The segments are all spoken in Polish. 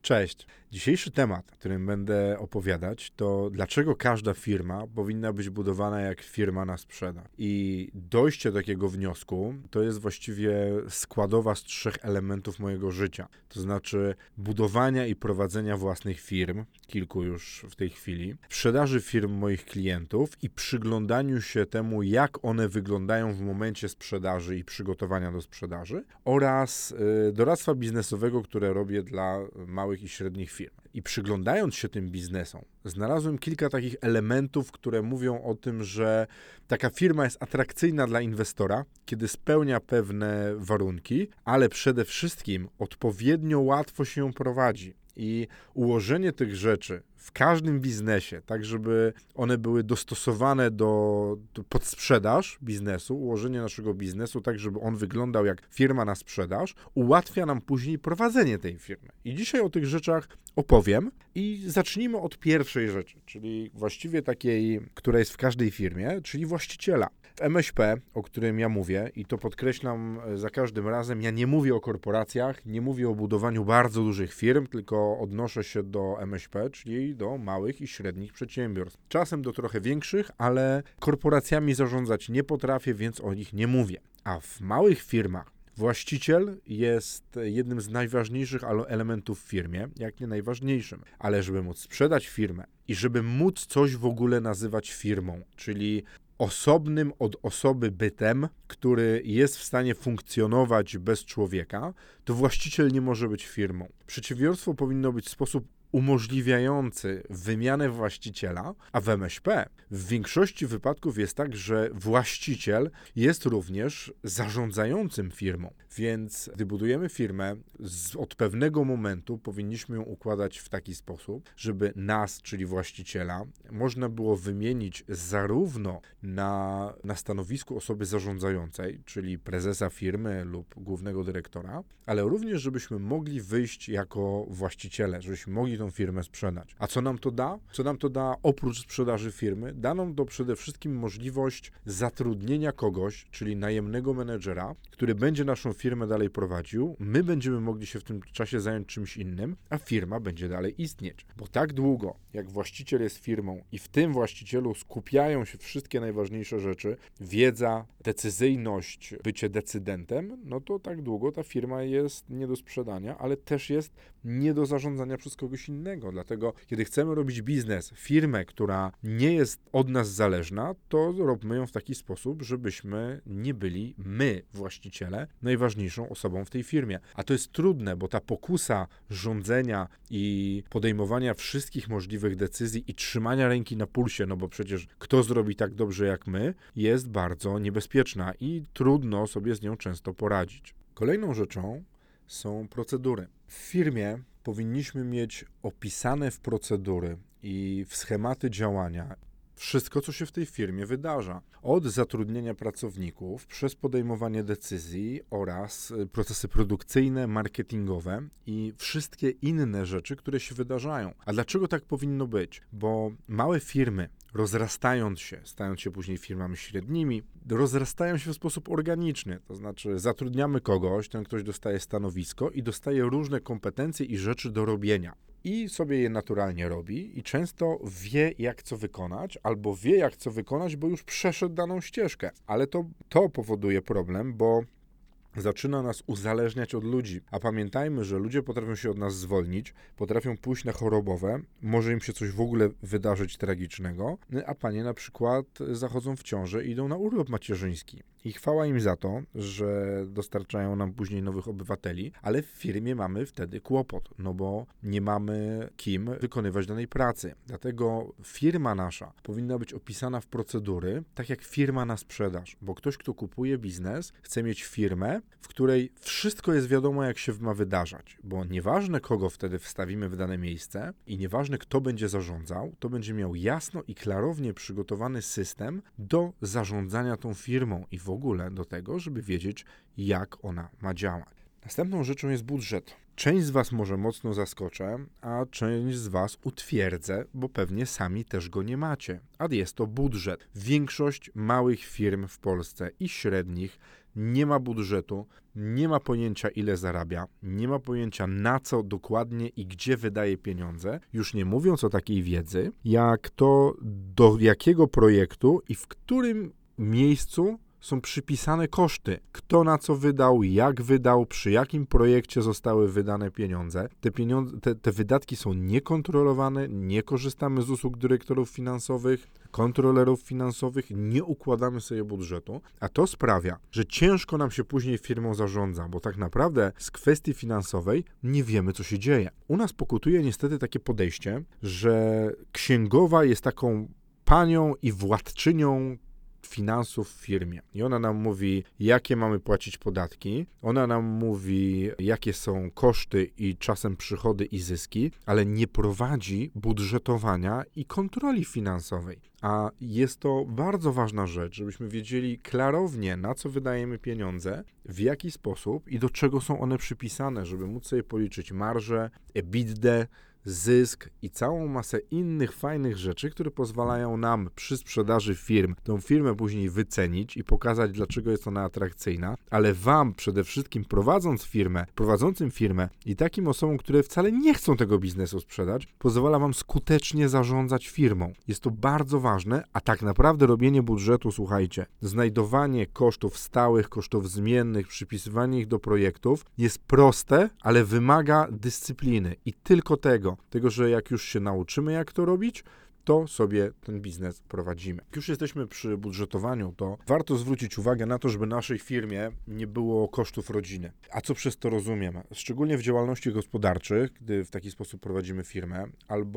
Cześć. Dzisiejszy temat, o którym będę opowiadać, to dlaczego każda firma powinna być budowana jak firma na sprzedaż. I dojście do takiego wniosku to jest właściwie składowa z 3 elementów mojego życia. To znaczy budowania i prowadzenia własnych firm, kilku już w tej chwili, sprzedaży firm moich klientów i przyglądaniu się temu, jak one wyglądają w momencie sprzedaży i przygotowania do sprzedaży oraz doradztwa biznesowego, które robię dla małych i średnich firm. I przyglądając się tym biznesom, znalazłem kilka takich elementów, które mówią o tym, że taka firma jest atrakcyjna dla inwestora, kiedy spełnia pewne warunki, ale przede wszystkim odpowiednio łatwo się ją prowadzi. I ułożenie tych rzeczy w każdym biznesie, tak żeby one były dostosowane pod sprzedaż biznesu, ułożenie naszego biznesu tak, żeby on wyglądał jak firma na sprzedaż, ułatwia nam później prowadzenie tej firmy. I dzisiaj o tych rzeczach opowiem i zacznijmy od pierwszej rzeczy, czyli właściwie takiej, która jest w każdej firmie, czyli właściciela. W MŚP, o którym ja mówię, i to podkreślam za każdym razem, ja nie mówię o korporacjach, nie mówię o budowaniu bardzo dużych firm, tylko odnoszę się do MŚP, czyli do małych i średnich przedsiębiorstw. Czasem do trochę większych, ale korporacjami zarządzać nie potrafię, więc o nich nie mówię. A w małych firmach właściciel jest jednym z najważniejszych elementów w firmie, jak nie najważniejszym. Ale żeby móc sprzedać firmę i żeby móc coś w ogóle nazywać firmą, czyli osobnym od osoby bytem, który jest w stanie funkcjonować bez człowieka, to właściciel nie może być firmą. Przedsiębiorstwo powinno być w sposób umożliwiający wymianę właściciela, a w MŚP w większości wypadków jest tak, że właściciel jest również zarządzającym firmą. Więc gdy budujemy firmę, od pewnego momentu powinniśmy ją układać w taki sposób, żeby nas, czyli właściciela, można było wymienić zarówno na stanowisku osoby zarządzającej, czyli prezesa firmy lub głównego dyrektora, ale również, żebyśmy mogli wyjść jako właściciele, żebyśmy mogli tą firmę sprzedać. A co nam to da? Co nam to da oprócz sprzedaży firmy? Da nam to przede wszystkim możliwość zatrudnienia kogoś, czyli najemnego menedżera, który będzie naszą firmę dalej prowadził, my będziemy mogli się w tym czasie zająć czymś innym, a firma będzie dalej istnieć. Bo tak długo, jak właściciel jest firmą i w tym właścicielu skupiają się wszystkie najważniejsze rzeczy, wiedza, decyzyjność, bycie decydentem, no to tak długo ta firma jest nie do sprzedania, ale też jest nie do zarządzania przez kogoś innego. Dlatego, kiedy chcemy robić biznes, firmę, która nie jest od nas zależna, to robimy ją w taki sposób, żebyśmy nie byli my, właściciele, najważniejszą osobą w tej firmie. A to jest trudne, bo ta pokusa rządzenia i podejmowania wszystkich możliwych decyzji i trzymania ręki na pulsie, no bo przecież kto zrobi tak dobrze jak my, jest bardzo niebezpieczna i trudno sobie z nią często poradzić. Kolejną rzeczą są procedury. W firmie powinniśmy mieć opisane w procedury i w schematy działania wszystko, co się w tej firmie wydarza. Od zatrudnienia pracowników, przez podejmowanie decyzji oraz procesy produkcyjne, marketingowe i wszystkie inne rzeczy, które się wydarzają. A dlaczego tak powinno być? Bo małe firmy, rozrastając się, stając się później firmami średnimi, rozrastają się w sposób organiczny. To znaczy zatrudniamy kogoś, ten ktoś dostaje stanowisko i dostaje różne kompetencje i rzeczy do robienia. I sobie je naturalnie robi i często wie, jak co wykonać, albo wie, jak co wykonać, bo już przeszedł daną ścieżkę. Ale to powoduje problem, bo zaczyna nas uzależniać od ludzi. A pamiętajmy, że ludzie potrafią się od nas zwolnić, potrafią pójść na chorobowe, może im się coś w ogóle wydarzyć tragicznego, a panie na przykład zachodzą w ciążę i idą na urlop macierzyński. I chwała im za to, że dostarczają nam później nowych obywateli, ale w firmie mamy wtedy kłopot, no bo nie mamy kim wykonywać danej pracy. Dlatego firma nasza powinna być opisana w procedury, tak jak firma na sprzedaż, bo ktoś, kto kupuje biznes, chce mieć firmę, w której wszystko jest wiadomo, jak się ma wydarzać, bo nieważne, kogo wtedy wstawimy w dane miejsce i nieważne, kto będzie zarządzał, to będzie miał jasno i klarownie przygotowany system do zarządzania tą firmą i w ogóle do tego, żeby wiedzieć, jak ona ma działać. Następną rzeczą jest budżet. Część z Was może mocno zaskoczę, a część z Was utwierdzę, bo pewnie sami też go nie macie. A jest to budżet. Większość małych firm w Polsce i średnich nie ma budżetu, nie ma pojęcia ile zarabia, nie ma pojęcia na co dokładnie i gdzie wydaje pieniądze, już nie mówiąc o takiej wiedzy, jak to do jakiego projektu i w którym miejscu są przypisane koszty. Kto na co wydał, jak wydał, przy jakim projekcie zostały wydane pieniądze. Te wydatki są niekontrolowane, nie korzystamy z usług dyrektorów finansowych, kontrolerów finansowych, nie układamy sobie budżetu, a to sprawia, że ciężko nam się później firmą zarządza, bo tak naprawdę z kwestii finansowej nie wiemy, co się dzieje. U nas pokutuje niestety takie podejście, że księgowa jest taką panią i władczynią finansów w firmie. I ona nam mówi, jakie mamy płacić podatki, ona nam mówi, jakie są koszty i czasem przychody i zyski, ale nie prowadzi budżetowania i kontroli finansowej. A jest to bardzo ważna rzecz, żebyśmy wiedzieli klarownie, na co wydajemy pieniądze, w jaki sposób i do czego są one przypisane, żeby móc sobie policzyć marżę, EBITDA, zysk i całą masę innych fajnych rzeczy, które pozwalają nam przy sprzedaży firm tą firmę później wycenić i pokazać, dlaczego jest ona atrakcyjna, ale Wam przede wszystkim prowadzącym firmę i takim osobom, które wcale nie chcą tego biznesu sprzedać, pozwala Wam skutecznie zarządzać firmą. Jest to bardzo ważne, a tak naprawdę robienie budżetu, słuchajcie, znajdowanie kosztów stałych, kosztów zmiennych, przypisywanie ich do projektów jest proste, ale wymaga dyscypliny i tylko tego, że jak już się nauczymy, jak to robić, to sobie ten biznes prowadzimy. Jak już jesteśmy przy budżetowaniu, to warto zwrócić uwagę na to, żeby naszej firmie nie było kosztów rodziny. A co przez to rozumiem? Szczególnie w działalności gospodarczych, gdy w taki sposób prowadzimy firmę,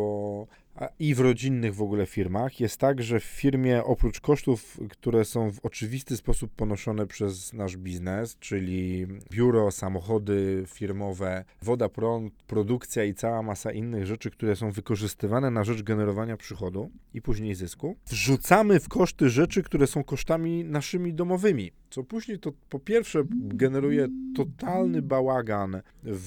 i w rodzinnych w ogóle firmach, jest tak, że w firmie oprócz kosztów, które są w oczywisty sposób ponoszone przez nasz biznes, czyli biuro, samochody firmowe, woda, prąd, produkcja i cała masa innych rzeczy, które są wykorzystywane na rzecz generowania przychodu i później zysku, wrzucamy w koszty rzeczy, które są kosztami naszymi domowymi, co później to po pierwsze generuje totalny bałagan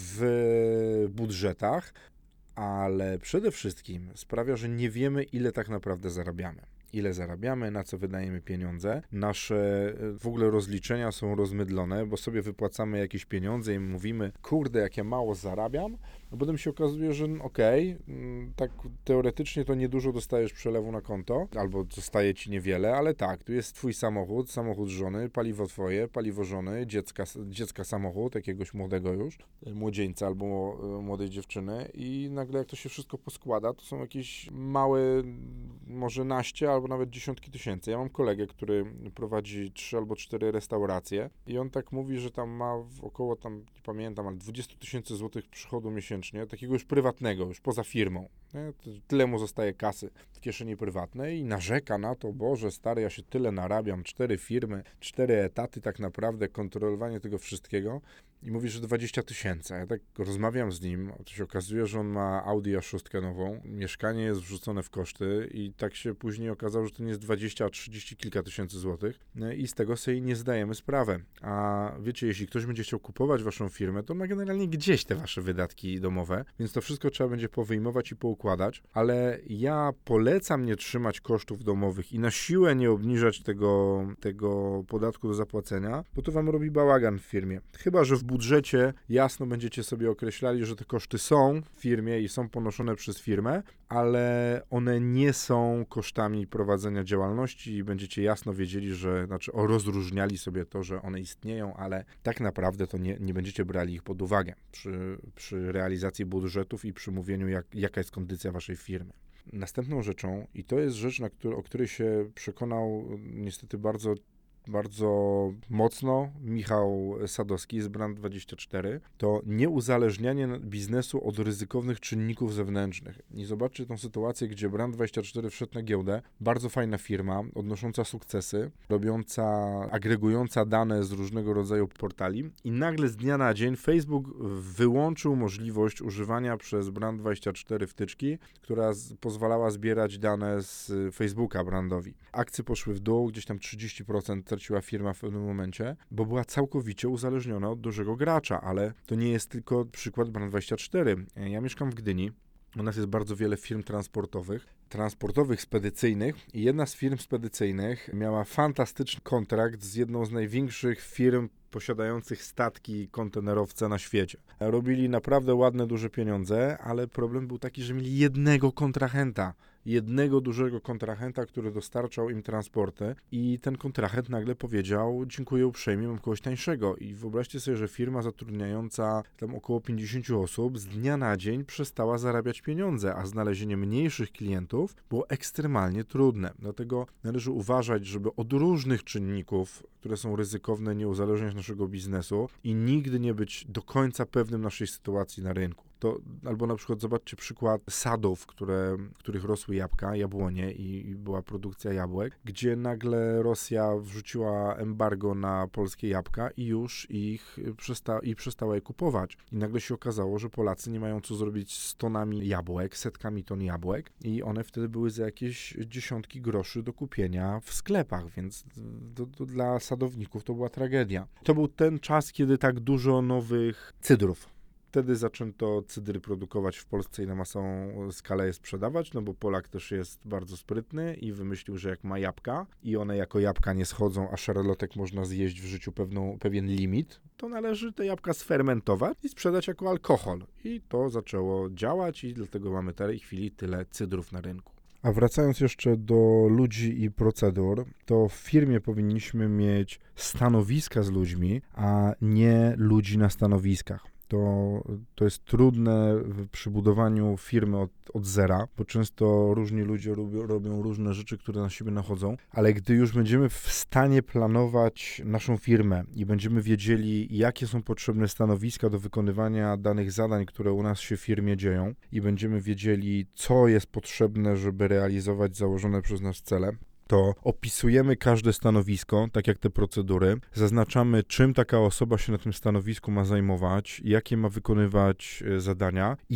w budżetach, ale przede wszystkim sprawia, że nie wiemy, ile tak naprawdę zarabiamy. Ile zarabiamy, na co wydajemy pieniądze. Nasze w ogóle rozliczenia są rozmydlone, bo sobie wypłacamy jakieś pieniądze i mówimy, kurde, jak ja mało zarabiam, a potem się okazuje, że tak teoretycznie to niedużo dostajesz przelewu na konto, albo zostaje ci niewiele, ale tak, tu jest twój samochód żony, paliwo twoje, paliwo żony, dziecka samochód, jakiegoś młodego już, młodzieńca albo młodej dziewczyny i nagle jak to się wszystko poskłada, to są jakieś małe, może naście, albo nawet dziesiątki tysięcy. Ja mam kolegę, który prowadzi 3 albo 4 restauracje i on tak mówi, że tam ma około, nie pamiętam, ale 20 000 złotych przychodu miesięcznie, takiego już prywatnego, już poza firmą. Nie? Tyle mu zostaje kasy w kieszeni prywatnej i narzeka na to, Boże stary, ja się tyle narabiam, 4 firmy, 4 etaty, tak naprawdę kontrolowanie tego wszystkiego. I mówi, że 20 000. Ja tak rozmawiam z nim, to się okazuje, że on ma Audi A6 nową, mieszkanie jest wrzucone w koszty i tak się później okazało, że to nie jest 20, a 30 kilka tysięcy złotych i z tego sobie nie zdajemy sprawy. A wiecie, jeśli ktoś będzie chciał kupować waszą firmę, to ma generalnie gdzieś te wasze wydatki domowe, więc to wszystko trzeba będzie powyjmować i poukładać, ale ja polecam nie trzymać kosztów domowych i na siłę nie obniżać tego podatku do zapłacenia, bo to wam robi bałagan w firmie. Chyba że w budżecie jasno będziecie sobie określali, że te koszty są w firmie i są ponoszone przez firmę, ale one nie są kosztami prowadzenia działalności i będziecie jasno wiedzieli, rozróżniali sobie to, że one istnieją, ale tak naprawdę to nie będziecie brali ich pod uwagę przy realizacji budżetów i przy mówieniu, jaka jest kondycja waszej firmy. Następną rzeczą, i to jest rzecz, o której się przekonał niestety bardzo mocno Michał Sadowski z Brand24, to nieuzależnianie biznesu od ryzykownych czynników zewnętrznych. I zobaczcie tą sytuację, gdzie Brand24 wszedł na giełdę, bardzo fajna firma, odnosząca sukcesy, agregująca dane z różnego rodzaju portali i nagle z dnia na dzień Facebook wyłączył możliwość używania przez Brand24 wtyczki, która pozwalała zbierać dane z Facebooka brandowi. Akcje poszły w dół, gdzieś tam 30%, straciła firma w pewnym momencie, bo była całkowicie uzależniona od dużego gracza, ale to nie jest tylko przykład Brand24. Ja mieszkam w Gdyni. U nas jest bardzo wiele firm transportowych, spedycyjnych i jedna z firm spedycyjnych miała fantastyczny kontrakt z jedną z największych firm posiadających statki kontenerowce na świecie. Robili naprawdę ładne, duże pieniądze, ale problem był taki, że mieli jednego dużego kontrahenta, który dostarczał im transporty i ten kontrahent nagle powiedział: dziękuję uprzejmie, mam kogoś tańszego. I wyobraźcie sobie, że firma zatrudniająca tam około 50 osób z dnia na dzień przestała zarabiać pieniądze, a znalezienie mniejszych klientów było ekstremalnie trudne. Dlatego należy uważać, żeby od różnych czynników, które są ryzykowne, nie uzależniać naszego biznesu i nigdy nie być do końca pewnym naszej sytuacji na rynku. Albo na przykład zobaczcie przykład sadów, których rosły jabłonie i była produkcja jabłek, gdzie nagle Rosja wrzuciła embargo na polskie jabłka i już przestała je kupować. I nagle się okazało, że Polacy nie mają co zrobić z tonami jabłek, setkami ton jabłek i one wtedy były za jakieś dziesiątki groszy do kupienia w sklepach, więc to dla sadowników to była tragedia. To był ten czas, kiedy tak dużo nowych cydrów. Wtedy zaczęto cydry produkować w Polsce i na masową skalę je sprzedawać, no bo Polak też jest bardzo sprytny i wymyślił, że jak ma jabłka i one jako jabłka nie schodzą, a szarlotek można zjeść w życiu pewien limit, to należy te jabłka sfermentować i sprzedać jako alkohol. I to zaczęło działać i dlatego mamy w tej chwili tyle cydrów na rynku. A wracając jeszcze do ludzi i procedur, to w firmie powinniśmy mieć stanowiska z ludźmi, a nie ludzi na stanowiskach. To jest trudne przy budowaniu firmy od zera, bo często różni ludzie robią różne rzeczy, które na siebie nachodzą, ale gdy już będziemy w stanie planować naszą firmę i będziemy wiedzieli, jakie są potrzebne stanowiska do wykonywania danych zadań, które u nas się w firmie dzieją i będziemy wiedzieli, co jest potrzebne, żeby realizować założone przez nas cele, to opisujemy każde stanowisko, tak jak te procedury, zaznaczamy, czym taka osoba się na tym stanowisku ma zajmować, jakie ma wykonywać zadania i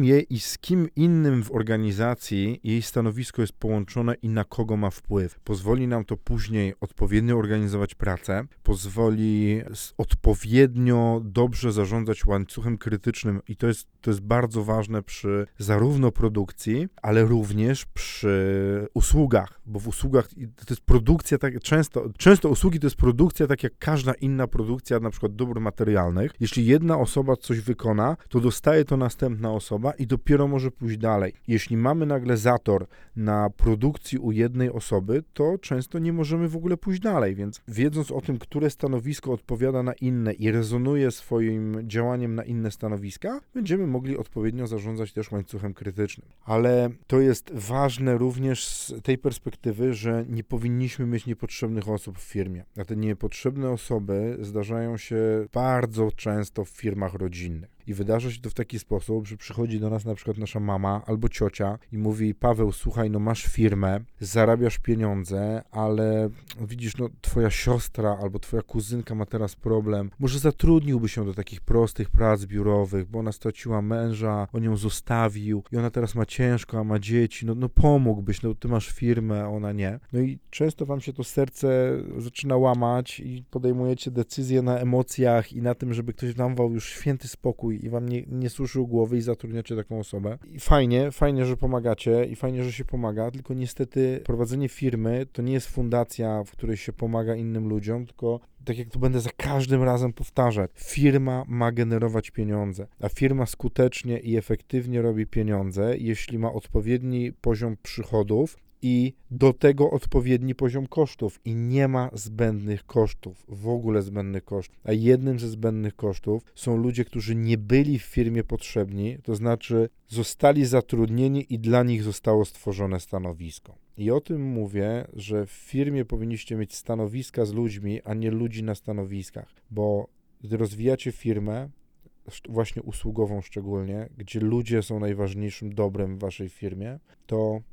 z kim innym w organizacji jej stanowisko jest połączone i na kogo ma wpływ. Pozwoli nam to później odpowiednio organizować pracę, pozwoli odpowiednio dobrze zarządzać łańcuchem krytycznym i to jest bardzo ważne przy zarówno produkcji, ale również przy usługach, bo w usługach to jest produkcja, tak, często usługi to jest produkcja tak jak każda inna produkcja, na przykład dóbr materialnych. Jeśli jedna osoba coś wykona, to dostaje to następna osoba i dopiero może pójść dalej. Jeśli mamy nagle zator na produkcji u jednej osoby, to często nie możemy w ogóle pójść dalej, więc wiedząc o tym, które stanowisko odpowiada na inne i rezonuje swoim działaniem na inne stanowiska, będziemy mogli odpowiednio zarządzać też łańcuchem krytycznym. Ale to jest ważne również z tej perspektywy, że nie powinniśmy mieć niepotrzebnych osób w firmie. A te niepotrzebne osoby zdarzają się bardzo często w firmach rodzinnych. I wydarza się to w taki sposób, że przychodzi do nas na przykład nasza mama albo ciocia i mówi: Paweł, słuchaj, no masz firmę, zarabiasz pieniądze, ale widzisz, no twoja siostra albo twoja kuzynka ma teraz problem, może zatrudniłby się do takich prostych prac biurowych, bo ona straciła męża, on ją zostawił i ona teraz ma ciężko, a ma dzieci, no pomógłbyś, no ty masz firmę, a ona nie. No i często wam się to serce zaczyna łamać i podejmujecie decyzje na emocjach i na tym, żeby ktoś wam dał już święty spokój i wam nie suszył głowy i zatrudniacie taką osobę. I fajnie, że pomagacie i fajnie, że się pomaga, tylko niestety prowadzenie firmy to nie jest fundacja, w której się pomaga innym ludziom, tylko tak jak to będę za każdym razem powtarzać, firma ma generować pieniądze, a firma skutecznie i efektywnie robi pieniądze, jeśli ma odpowiedni poziom przychodów i do tego odpowiedni poziom kosztów i nie ma zbędnych kosztów, w ogóle zbędnych kosztów. A jednym ze zbędnych kosztów są ludzie, którzy nie byli w firmie potrzebni, to znaczy zostali zatrudnieni i dla nich zostało stworzone stanowisko. I o tym mówię, że w firmie powinniście mieć stanowiska z ludźmi, a nie ludzi na stanowiskach, bo gdy rozwijacie firmę, właśnie usługową szczególnie, gdzie ludzie są najważniejszym dobrem w waszej firmie, to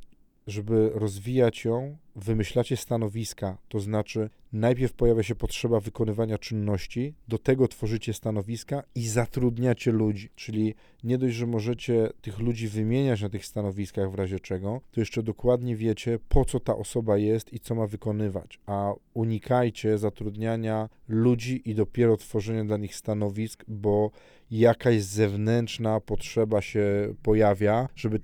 żeby rozwijać ją, wymyślacie stanowiska, to znaczy najpierw pojawia się potrzeba wykonywania czynności, do tego tworzycie stanowiska i zatrudniacie ludzi, czyli nie dość, że możecie tych ludzi wymieniać na tych stanowiskach w razie czego, to jeszcze dokładnie wiecie, po co ta osoba jest i co ma wykonywać, a unikajcie zatrudniania ludzi i dopiero tworzenia dla nich stanowisk, bo jakaś zewnętrzna potrzeba się pojawia, żeby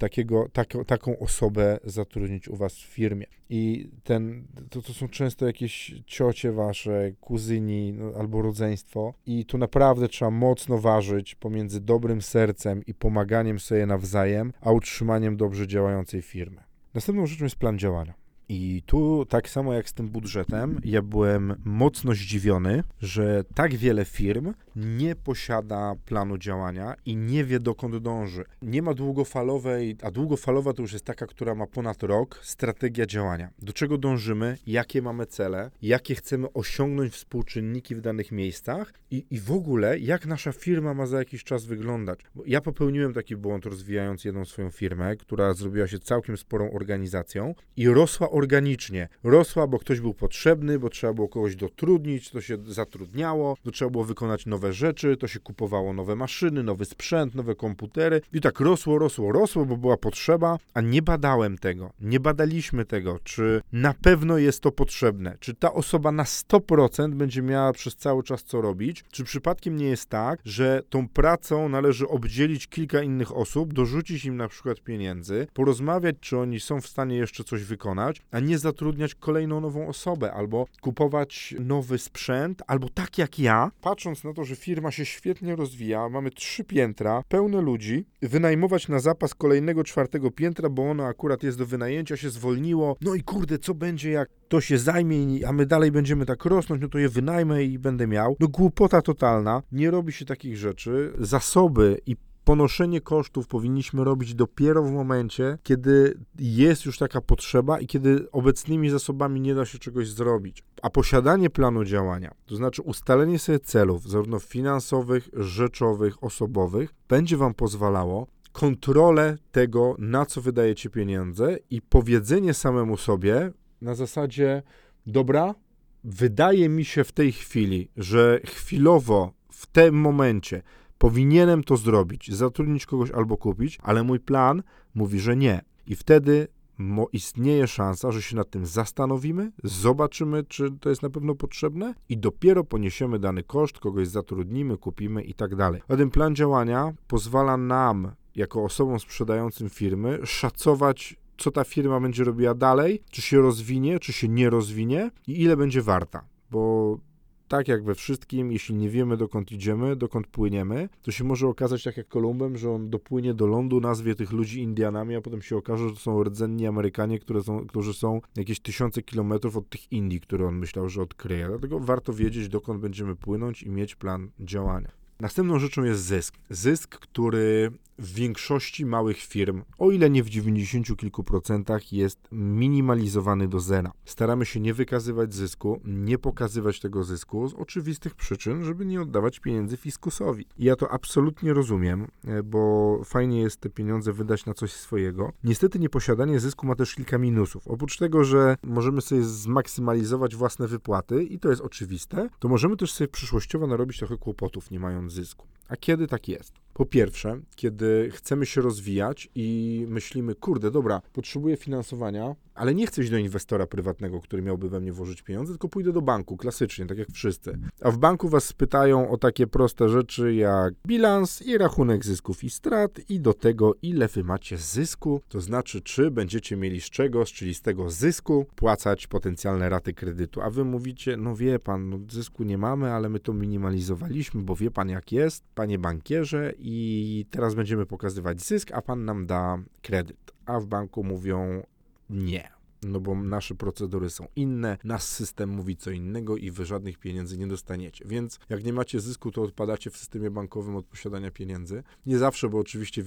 taką osobę zatrudnić u was w firmie. I to są często jakieś ciocie wasze, kuzyni albo rodzeństwo i tu naprawdę trzeba mocno ważyć pomiędzy dobrym sercem i pomaganiem sobie nawzajem, a utrzymaniem dobrze działającej firmy. Następną rzeczą jest plan działania. I tu, tak samo jak z tym budżetem, ja byłem mocno zdziwiony, że tak wiele firm nie posiada planu działania i nie wie, dokąd dąży. Nie ma długofalowej, a długofalowa to już jest taka, która ma ponad rok, strategia działania. Do czego dążymy, jakie mamy cele, jakie chcemy osiągnąć współczynniki w danych miejscach i w ogóle, jak nasza firma ma za jakiś czas wyglądać. Bo ja popełniłem taki błąd, rozwijając jedną swoją firmę, która zrobiła się całkiem sporą organizacją i rosła organicznie. Rosła, bo ktoś był potrzebny, bo trzeba było kogoś dotrudnić, to się zatrudniało, to trzeba było wykonać nowe rzeczy, to się kupowało nowe maszyny, nowy sprzęt, nowe komputery i tak rosło, bo była potrzeba, a nie badałem tego. Nie badaliśmy tego, czy na pewno jest to potrzebne, czy ta osoba na 100% będzie miała przez cały czas co robić, czy przypadkiem nie jest tak, że tą pracą należy obdzielić kilka innych osób, dorzucić im na przykład pieniędzy, porozmawiać, czy oni są w stanie jeszcze coś wykonać, a nie zatrudniać kolejną nową osobę, albo kupować nowy sprzęt, albo tak jak ja, patrząc na to, że firma się świetnie rozwija, mamy 3 piętra, pełne ludzi, wynajmować na zapas kolejnego 4 piętra, bo ono akurat jest do wynajęcia, się zwolniło, no i kurde, co będzie, jak to się zajmie, a my dalej będziemy tak rosnąć, no to je wynajmę i będę miał. No głupota totalna, nie robi się takich rzeczy, zasoby i ponoszenie kosztów powinniśmy robić dopiero w momencie, kiedy jest już taka potrzeba i kiedy obecnymi zasobami nie da się czegoś zrobić. A posiadanie planu działania, to znaczy ustalenie sobie celów, zarówno finansowych, rzeczowych, osobowych, będzie wam pozwalało kontrolę tego, na co wydajecie pieniądze i powiedzenie samemu sobie na zasadzie, dobra, wydaje mi się w tej chwili, że chwilowo w tym momencie powinienem to zrobić, zatrudnić kogoś albo kupić, ale mój plan mówi, że nie. I wtedy istnieje szansa, że się nad tym zastanowimy, zobaczymy, czy to jest na pewno potrzebne i dopiero poniesiemy dany koszt, kogoś zatrudnimy, kupimy i tak dalej. A ten plan działania pozwala nam, jako osobom sprzedającym firmy, szacować, co ta firma będzie robiła dalej, czy się rozwinie, czy się nie rozwinie i ile będzie warta, bo tak jak we wszystkim, jeśli nie wiemy, dokąd idziemy, dokąd płyniemy, to się może okazać tak jak Kolumbem, że on dopłynie do lądu, nazwie tych ludzi Indianami, a potem się okaże, że to są rdzenni Amerykanie, którzy są jakieś tysiące kilometrów od tych Indii, które on myślał, że odkryje. Dlatego warto wiedzieć, dokąd będziemy płynąć i mieć plan działania. Następną rzeczą jest zysk. Zysk, który w większości małych firm, o ile nie w 90 kilku procentach, jest minimalizowany do zera. Staramy się nie wykazywać zysku, nie pokazywać tego zysku z oczywistych przyczyn, żeby nie oddawać pieniędzy fiskusowi. I ja to absolutnie rozumiem, bo fajnie jest te pieniądze wydać na coś swojego. Niestety nieposiadanie zysku ma też kilka minusów. Oprócz tego, że możemy sobie zmaksymalizować własne wypłaty i to jest oczywiste, to możemy też sobie przyszłościowo narobić trochę kłopotów, nie mając zysku. A kiedy tak jest? Po pierwsze, kiedy chcemy się rozwijać i myślimy, kurde, dobra, potrzebuję finansowania, ale nie chcę iść do inwestora prywatnego, który miałby we mnie włożyć pieniądze, tylko pójdę do banku, klasycznie, tak jak wszyscy. A w banku was spytają o takie proste rzeczy jak bilans i rachunek zysków i strat i do tego, ile wy macie zysku, to znaczy, czy będziecie mieli z czego, czyli z tego zysku, płacać potencjalne raty kredytu. A wy mówicie, no wie pan, no zysku nie mamy, ale my to minimalizowaliśmy, bo wie pan jak jest, panie bankierze, i teraz będziemy pokazywać zysk, a pan nam da kredyt. A w banku mówią nie, no bo nasze procedury są inne, nasz system mówi co innego i wy żadnych pieniędzy nie dostaniecie. Więc jak nie macie zysku, to odpadacie w systemie bankowym od posiadania pieniędzy. Nie zawsze, bo oczywiście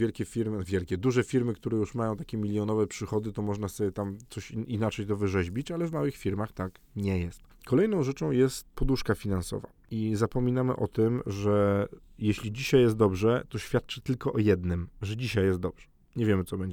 duże firmy, które już mają takie milionowe przychody, to można sobie tam coś inaczej to wyrzeźbić, ale w małych firmach tak nie jest. Kolejną rzeczą jest poduszka finansowa i zapominamy o tym, że jeśli dzisiaj jest dobrze, to świadczy tylko o jednym, że dzisiaj jest dobrze. Nie wiemy, co będzie dalej.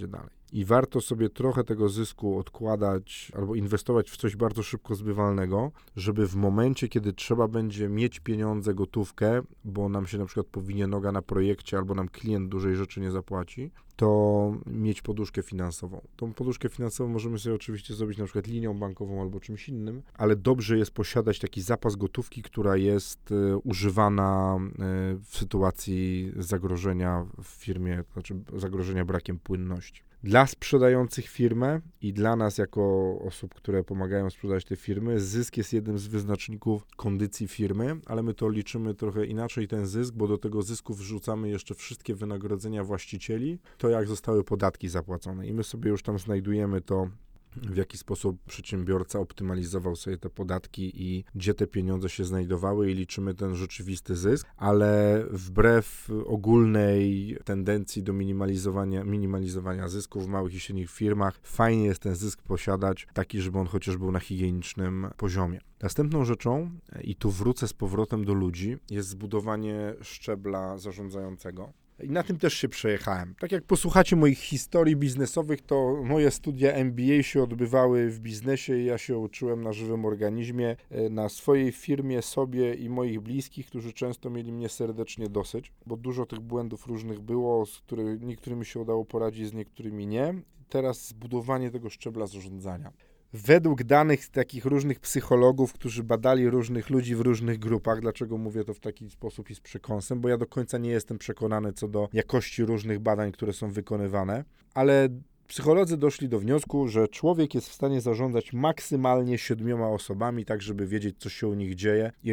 i warto sobie trochę tego zysku odkładać albo inwestować w coś bardzo szybko zbywalnego, żeby w momencie, kiedy trzeba będzie mieć pieniądze, gotówkę, bo nam się na przykład powinie noga na projekcie albo nam klient dużej rzeczy nie zapłaci, to mieć poduszkę finansową. Tą poduszkę finansową możemy sobie oczywiście zrobić na przykład linią bankową albo czymś innym, ale dobrze jest posiadać taki zapas gotówki, która jest używana w sytuacji zagrożenia w firmie, znaczy zagrożenia brakiem płynności. Dla sprzedających firmę i dla nas jako osób, które pomagają sprzedać te firmy, zysk jest jednym z wyznaczników kondycji firmy, ale my to liczymy trochę inaczej, ten zysk, bo do tego zysku wrzucamy jeszcze wszystkie wynagrodzenia właścicieli, to jak zostały podatki zapłacone i my sobie już tam znajdujemy to, w jaki sposób przedsiębiorca optymalizował sobie te podatki i gdzie te pieniądze się znajdowały i liczymy ten rzeczywisty zysk, ale wbrew ogólnej tendencji do minimalizowania zysków w małych i średnich firmach, fajnie jest ten zysk posiadać taki, żeby on chociaż był na higienicznym poziomie. Następną rzeczą, i tu wrócę z powrotem do ludzi, jest zbudowanie szczebla zarządzającego. I na tym też się przejechałem. Tak jak posłuchacie moich historii biznesowych, to moje studia MBA się odbywały w biznesie i ja się uczyłem na żywym organizmie, na swojej firmie, sobie i moich bliskich, którzy często mieli mnie serdecznie dosyć, bo dużo tych błędów różnych było, z których niektórymi się udało poradzić, z niektórymi nie. Teraz zbudowanie tego szczebla zarządzania. Według danych takich różnych psychologów, którzy badali różnych ludzi w różnych grupach, dlaczego mówię to w taki sposób i z przekąsem, bo ja do końca nie jestem przekonany co do jakości różnych badań, które są wykonywane, ale psycholodzy doszli do wniosku, że człowiek jest w stanie zarządzać maksymalnie 7 osobami, tak żeby wiedzieć, co się u nich dzieje i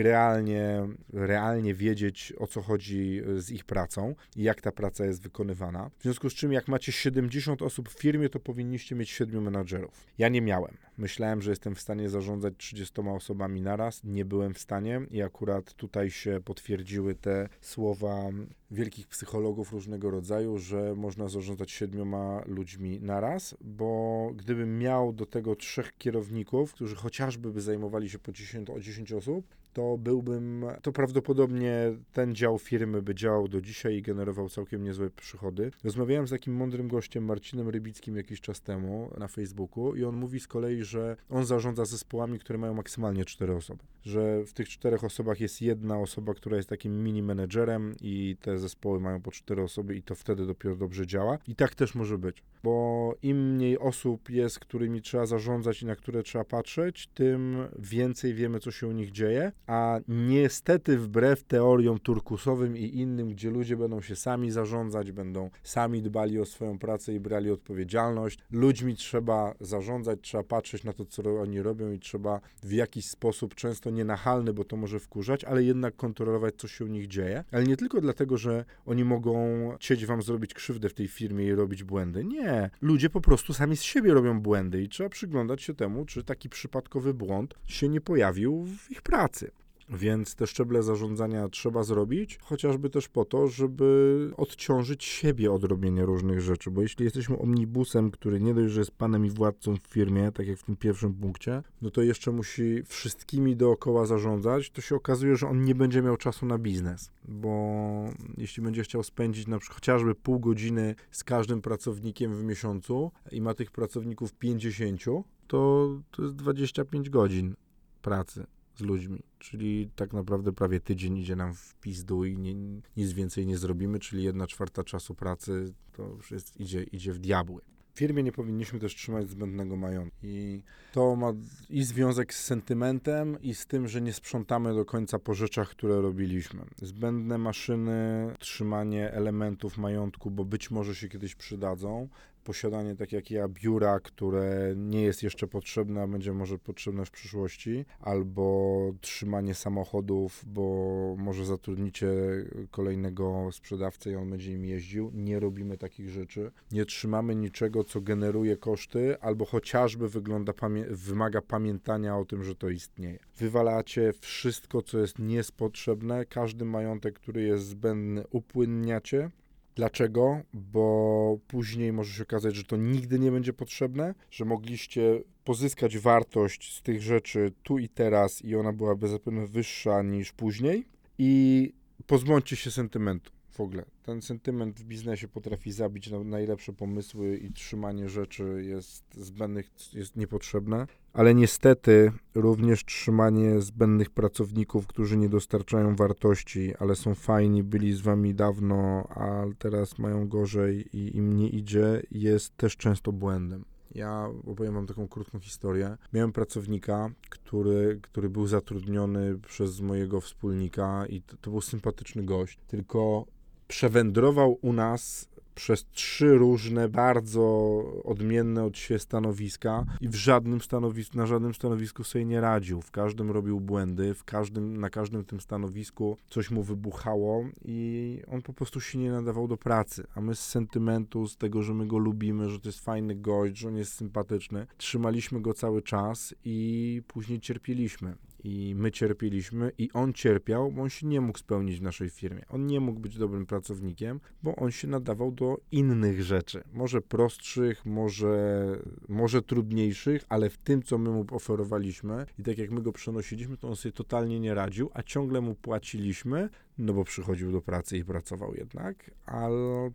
realnie wiedzieć, o co chodzi z ich pracą i jak ta praca jest wykonywana. W związku z czym, jak macie 70 osób w firmie, to powinniście mieć 7 menadżerów. Ja nie miałem. Myślałem, że jestem w stanie zarządzać 30 osobami naraz. Nie byłem w stanie i akurat tutaj się potwierdziły te słowa wielkich psychologów różnego rodzaju, że można zarządzać 7 ludźmi naraz, bo gdybym miał do tego 3 kierowników, którzy chociażby by zajmowali się po 10 osób, to prawdopodobnie ten dział firmy by działał do dzisiaj i generował całkiem niezłe przychody. Rozmawiałem z takim mądrym gościem, Marcinem Rybickim, jakiś czas temu na Facebooku i on mówi z kolei, że on zarządza zespołami, które mają maksymalnie 4 osoby. Że w tych 4 osobach jest jedna osoba, która jest takim mini menedżerem i te zespoły mają po 4 osoby i to wtedy dopiero dobrze działa. I tak też może być, bo im mniej osób jest, którymi trzeba zarządzać i na które trzeba patrzeć, tym więcej wiemy, co się u nich dzieje, a niestety wbrew teoriom turkusowym i innym, gdzie ludzie będą się sami zarządzać, będą sami dbali o swoją pracę i brali odpowiedzialność, ludźmi trzeba zarządzać, trzeba patrzeć na to, co oni robią i trzeba w jakiś sposób, często nienachalny, bo to może wkurzać, ale jednak kontrolować, co się u nich dzieje. Ale nie tylko dlatego, że oni mogą chcieć wam zrobić krzywdę w tej firmie i robić błędy. Nie. Ludzie po prostu sami z siebie robią błędy i trzeba przyglądać się temu, czy taki przypadkowy błąd się nie pojawił w ich pracy. Więc te szczeble zarządzania trzeba zrobić, chociażby też po to, żeby odciążyć siebie od robienia różnych rzeczy, bo jeśli jesteśmy omnibusem, który nie dość, że jest panem i władcą w firmie, tak jak w tym pierwszym punkcie, no to jeszcze musi wszystkimi dookoła zarządzać, to się okazuje, że on nie będzie miał czasu na biznes, bo jeśli będzie chciał spędzić na przykład chociażby pół godziny z każdym pracownikiem w miesiącu i ma tych pracowników 50, to jest 25 godzin pracy z ludźmi, czyli tak naprawdę prawie tydzień idzie nam w pizdu i nic więcej nie zrobimy, czyli 1/4 czasu pracy to już idzie w diabły. W firmie nie powinniśmy też trzymać zbędnego majątku i to ma i związek z sentymentem i z tym, że nie sprzątamy do końca po rzeczach, które robiliśmy. Zbędne maszyny, trzymanie elementów majątku, bo być może się kiedyś przydadzą, posiadanie, tak jak ja, biura, które nie jest jeszcze potrzebne, a będzie może potrzebne w przyszłości, albo trzymanie samochodów, bo może zatrudnicie kolejnego sprzedawcę i on będzie im jeździł. Nie robimy takich rzeczy. Nie trzymamy niczego, co generuje koszty, albo chociażby wymaga pamiętania o tym, że to istnieje. Wywalacie wszystko, co jest niepotrzebne, każdy majątek, który jest zbędny, upłynniacie. Dlaczego? Bo później może się okazać, że to nigdy nie będzie potrzebne, że mogliście pozyskać wartość z tych rzeczy tu i teraz i ona byłaby zapewne wyższa niż później i pozbądźcie się sentymentu. w ogóle. Ten sentyment w biznesie potrafi zabić najlepsze pomysły i trzymanie rzeczy jest zbędnych, jest niepotrzebne, ale niestety również trzymanie zbędnych pracowników, którzy nie dostarczają wartości, ale są fajni, byli z wami dawno, a teraz mają gorzej i im nie idzie, jest też często błędem. Ja opowiem wam taką krótką historię. Miałem pracownika, który był zatrudniony przez mojego wspólnika i to był sympatyczny gość, tylko przewędrował u nas przez 3 różne, bardzo odmienne od siebie stanowiska i na żadnym stanowisku sobie nie radził. W każdym robił błędy, na każdym tym stanowisku coś mu wybuchało i on po prostu się nie nadawał do pracy. A my z sentymentu, z tego, że my go lubimy, że to jest fajny gość, że on jest sympatyczny, trzymaliśmy go cały czas i później cierpieliśmy. I my cierpieliśmy i on cierpiał, bo on się nie mógł spełnić w naszej firmie. On nie mógł być dobrym pracownikiem, bo on się nadawał do innych rzeczy. Może prostszych, może trudniejszych, ale w tym, co my mu oferowaliśmy i tak jak my go przenosiliśmy, to on sobie totalnie nie radził, a ciągle mu płaciliśmy, no bo przychodził do pracy i pracował jednak, ale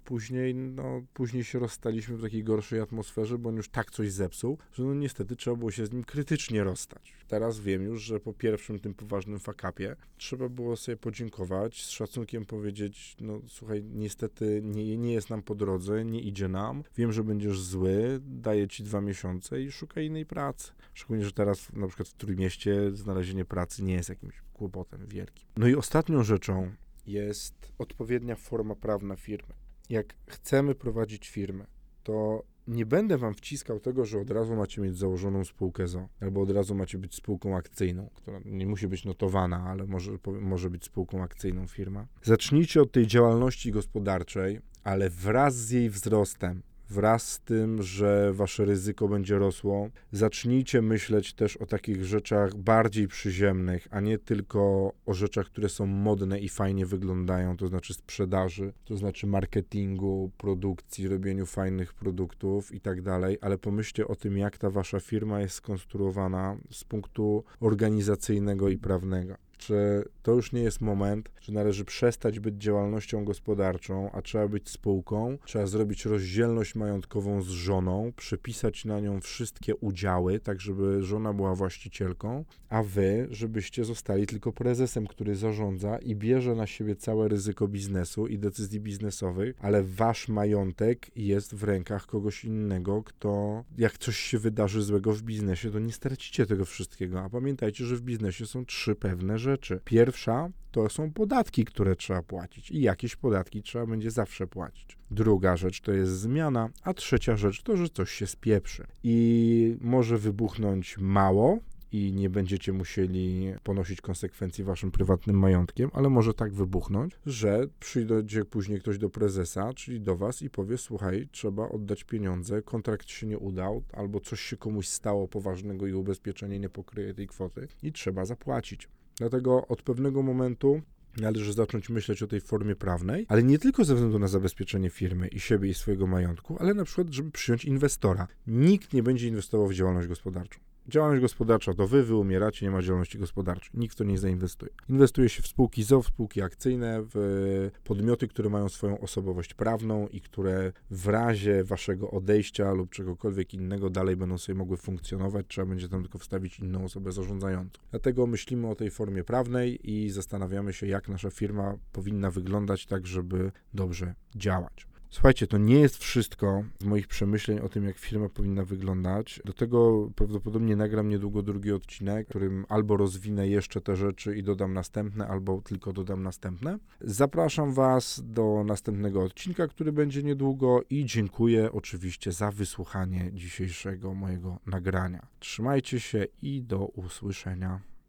później się rozstaliśmy w takiej gorszej atmosferze, bo on już tak coś zepsuł, że no niestety trzeba było się z nim krytycznie rozstać. Teraz wiem już, że po pierwszym tym poważnym fuck-upie trzeba było sobie podziękować, z szacunkiem powiedzieć, no słuchaj, niestety nie jest nam po drodze, nie idzie nam, wiem, że będziesz zły, daję ci 2 miesiące i szukaj innej pracy. Szczególnie, że teraz na przykład w Trójmieście znalezienie pracy nie jest jakimś kłopotem wielkim. No i ostatnią rzeczą jest odpowiednia forma prawna firmy. Jak chcemy prowadzić firmę, to nie będę wam wciskał tego, że od razu macie mieć założoną spółkę z o.o. albo od razu macie być spółką akcyjną, która nie musi być notowana, ale może być spółką akcyjną firma. Zacznijcie od tej działalności gospodarczej, ale wraz z jej wzrostem, wraz z tym, że wasze ryzyko będzie rosło, zacznijcie myśleć też o takich rzeczach bardziej przyziemnych, a nie tylko o rzeczach, które są modne i fajnie wyglądają, to znaczy sprzedaży, to znaczy marketingu, produkcji, robieniu fajnych produktów i tak dalej, ale pomyślcie o tym, jak ta wasza firma jest skonstruowana z punktu organizacyjnego i prawnego. Czy to już nie jest moment, że należy przestać być działalnością gospodarczą, a trzeba być spółką, trzeba zrobić rozdzielność majątkową z żoną, przepisać na nią wszystkie udziały, tak żeby żona była właścicielką, a wy, żebyście zostali tylko prezesem, który zarządza i bierze na siebie całe ryzyko biznesu i decyzji biznesowych, ale wasz majątek jest w rękach kogoś innego, kto, jak coś się wydarzy złego w biznesie, to nie stracicie tego wszystkiego, a pamiętajcie, że w biznesie są 3 pewne rzeczy. Pierwsza to są podatki, które trzeba płacić i jakieś podatki trzeba będzie zawsze płacić. Druga rzecz to jest zmiana, a trzecia rzecz to, że coś się spieprzy i może wybuchnąć mało i nie będziecie musieli ponosić konsekwencji waszym prywatnym majątkiem, ale może tak wybuchnąć, że przyjdzie później ktoś do prezesa, czyli do was i powie, słuchaj, trzeba oddać pieniądze, kontrakt się nie udał, albo coś się komuś stało poważnego i ubezpieczenie nie pokryje tej kwoty i trzeba zapłacić. Dlatego od pewnego momentu należy zacząć myśleć o tej formie prawnej, ale nie tylko ze względu na zabezpieczenie firmy i siebie i swojego majątku, ale na przykład, żeby przyjąć inwestora. Nikt nie będzie inwestował w działalność gospodarczą. Działalność gospodarcza to wy umieracie, nie ma działalności gospodarczej. Nikt w to nie zainwestuje. Inwestuje się w spółki z o.o., w spółki akcyjne, w podmioty, które mają swoją osobowość prawną i które w razie waszego odejścia lub czegokolwiek innego dalej będą sobie mogły funkcjonować. Trzeba będzie tam tylko wstawić inną osobę zarządzającą. Dlatego myślimy o tej formie prawnej i zastanawiamy się, jak nasza firma powinna wyglądać tak, żeby dobrze działać. Słuchajcie, to nie jest wszystko z moich przemyśleń o tym, jak firma powinna wyglądać. Do tego prawdopodobnie nagram niedługo drugi odcinek, w którym albo rozwinę jeszcze te rzeczy i dodam następne, albo tylko dodam następne. Zapraszam was do następnego odcinka, który będzie niedługo i dziękuję oczywiście za wysłuchanie dzisiejszego mojego nagrania. Trzymajcie się i do usłyszenia.